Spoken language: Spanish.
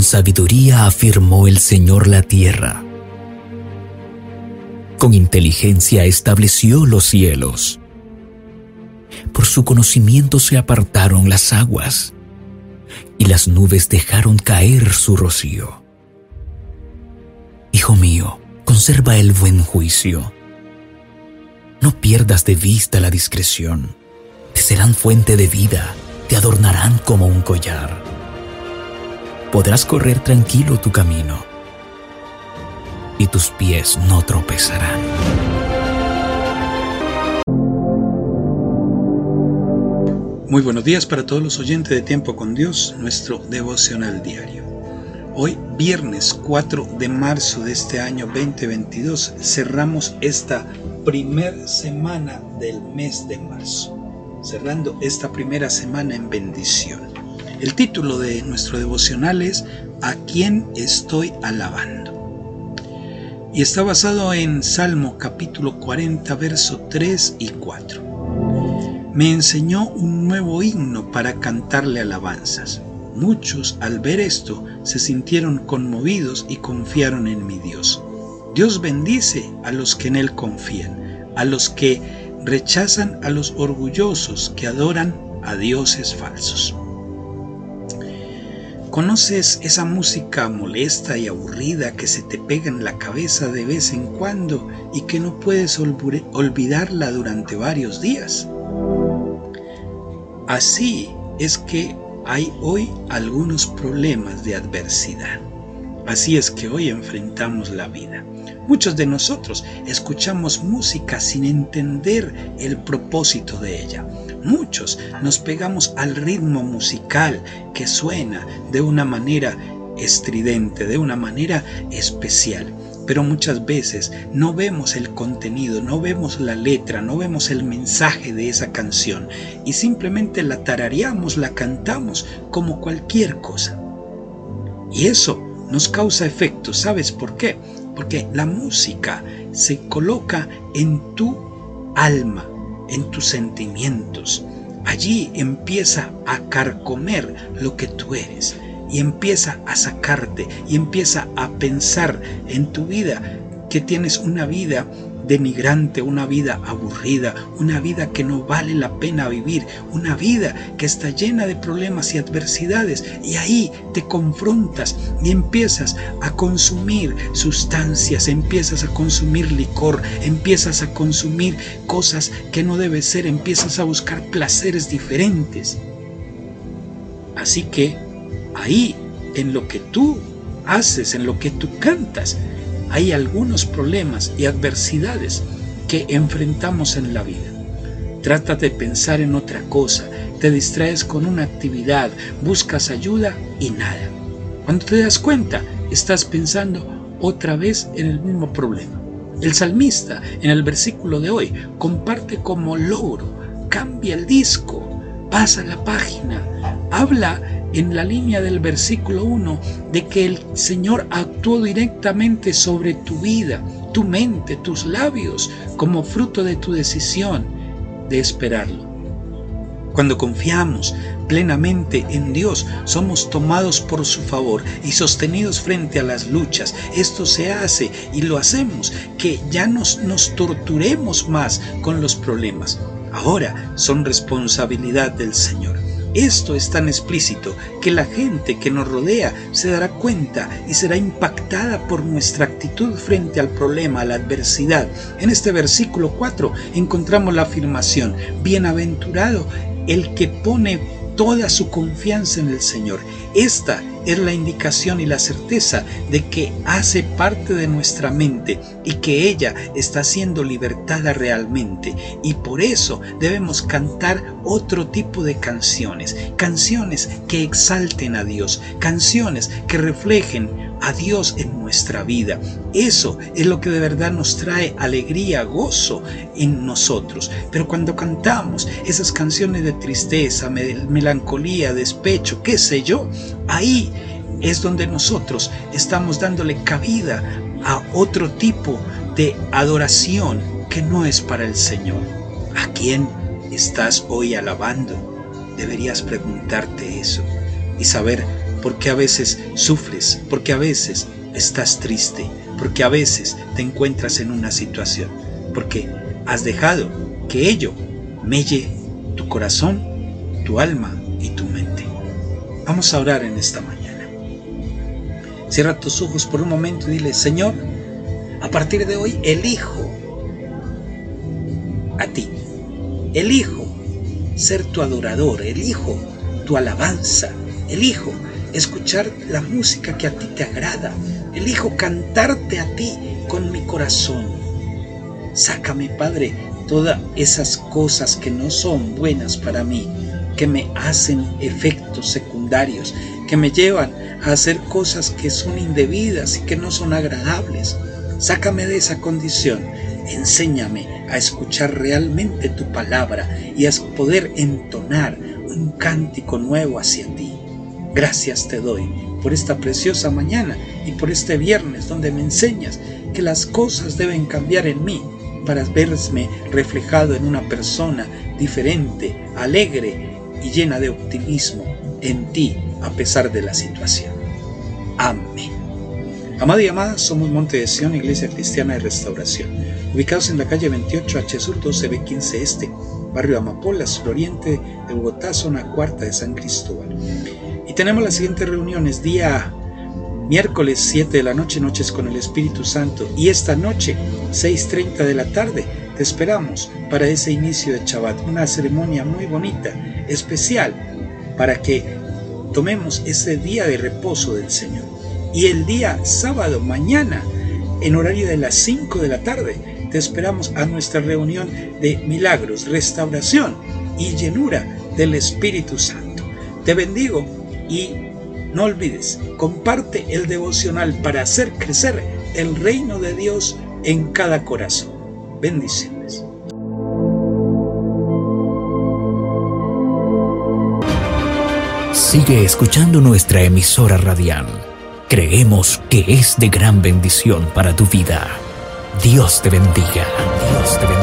Con sabiduría afirmó el Señor la tierra. Con inteligencia estableció los cielos. Por su conocimiento se apartaron las aguas, y las nubes dejaron caer su rocío. Hijo mío, conserva el buen juicio. No pierdas de vista la discreción. Te serán fuente de vida, te adornarán como un collar. Podrás correr tranquilo tu camino, y tus pies no tropezarán. Muy buenos días para todos los oyentes de Tiempo con Dios, nuestro devocional diario. Hoy, viernes 4 de marzo de este año 2022, cerramos esta primera semana del mes de marzo. Cerrando esta primera semana en bendición. El título de nuestro devocional es ¿A quién estoy alabando? Y está basado en Salmo capítulo 40, verso 3 y 4. Me enseñó un nuevo himno para cantarle alabanzas. Muchos al ver esto se sintieron conmovidos y confiaron en mi Dios. Dios bendice a los que en Él confían, a los que rechazan a los orgullosos que adoran a dioses falsos. ¿Conoces esa música molesta y aburrida que se te pega en la cabeza de vez en cuando y que no puedes olvidarla durante varios días? Así es que hay hoy algunos problemas de adversidad. Así es que hoy enfrentamos la vida. Muchos de nosotros escuchamos música sin entender el propósito de ella. Muchos nos pegamos al ritmo musical que suena de una manera estridente, de una manera especial. Pero muchas veces no vemos el contenido, no vemos la letra, no vemos el mensaje de esa canción y simplemente la tarareamos, la cantamos como cualquier cosa. Y eso nos causa efectos. ¿Sabes por qué? Porque la música se coloca en tu alma, en tus sentimientos. Allí empieza a carcomer lo que tú eres. Y empieza a sacarte y empieza a pensar en tu vida que tienes una vida denigrante, una vida aburrida, una vida que no vale la pena vivir, una vida que está llena de problemas y adversidades, y ahí te confrontas y empiezas a consumir sustancias, empiezas a consumir licor, empiezas a consumir cosas que no debe ser, empiezas a buscar placeres diferentes. Así que ahí, en lo que tú haces, en lo que tú cantas, hay algunos problemas y adversidades que enfrentamos en la vida. Trata de pensar en otra cosa, te distraes con una actividad, buscas ayuda y nada. Cuando te das cuenta, estás pensando otra vez en el mismo problema. El salmista, en el versículo de hoy, comparte como logro, cambia el disco, pasa la página, habla en la línea del versículo 1 de que el Señor actuó directamente sobre tu vida, tu mente, tus labios, como fruto de tu decisión de esperarlo. Cuando confiamos plenamente en Dios, somos tomados por su favor y sostenidos frente a las luchas. Esto se hace y lo hacemos que ya nos torturemos más con los problemas. Ahora son responsabilidad del Señor. Esto es tan explícito que la gente que nos rodea se dará cuenta y será impactada por nuestra actitud frente al problema, a la adversidad. En este versículo 4 encontramos la afirmación: bienaventurado el que pone toda su confianza en el Señor. Esta es la indicación y la certeza de que hace parte de nuestra mente y que ella está siendo libertada realmente, y por eso debemos cantar otro tipo de canciones que exalten a Dios, canciones que reflejen a Dios en nuestra vida. Eso es lo que de verdad nos trae alegría, gozo en nosotros. Pero cuando cantamos esas canciones de tristeza, melancolía, despecho, qué sé yo, ahí es donde nosotros estamos dándole cabida a otro tipo de adoración que no es para el Señor. ¿A quién estás hoy alabando? Deberías preguntarte eso y saber porque a veces sufres, porque a veces estás triste, porque a veces te encuentras en una situación, porque has dejado que ello melle tu corazón, tu alma y tu mente. Vamos a orar en esta mañana. Cierra tus ojos por un momento y dile: Señor, a partir de hoy elijo a ti, elijo ser tu adorador, elijo tu alabanza, elijo escuchar la música que a ti te agrada, elijo cantarte a ti con mi corazón. Sácame, Padre, todas esas cosas que no son buenas para mí, que me hacen efectos secundarios, que me llevan a hacer cosas que son indebidas y que no son agradables. Sácame de esa condición. Enséñame a escuchar realmente tu palabra y a poder entonar un cántico nuevo hacia ti. Gracias te doy por esta preciosa mañana y por este viernes donde me enseñas que las cosas deben cambiar en mí para verme reflejado en una persona diferente, alegre y llena de optimismo en ti a pesar de la situación. Amén. Amado y amada, somos Monte de Sion, Iglesia Cristiana de Restauración, ubicados en la calle 28H Sur 12B15 Este, barrio Amapola, suroriente de Bogotá, zona cuarta de San Cristóbal. Y tenemos las siguientes reuniones: día miércoles 7 de la noche, Noches con el Espíritu Santo, y esta noche 6:30 de la tarde te esperamos para ese inicio de Shabbat, una ceremonia muy bonita, especial, para que tomemos ese día de reposo del Señor. Y el día sábado, mañana, en horario de las 5 de la tarde, te esperamos a nuestra reunión de milagros, restauración y llenura del Espíritu Santo. Te bendigo y no olvides, comparte el devocional para hacer crecer el reino de Dios en cada corazón. Bendiciones. Sigue escuchando nuestra emisora radial. Creemos que es de gran bendición para tu vida. Dios te bendiga. Dios te bendiga.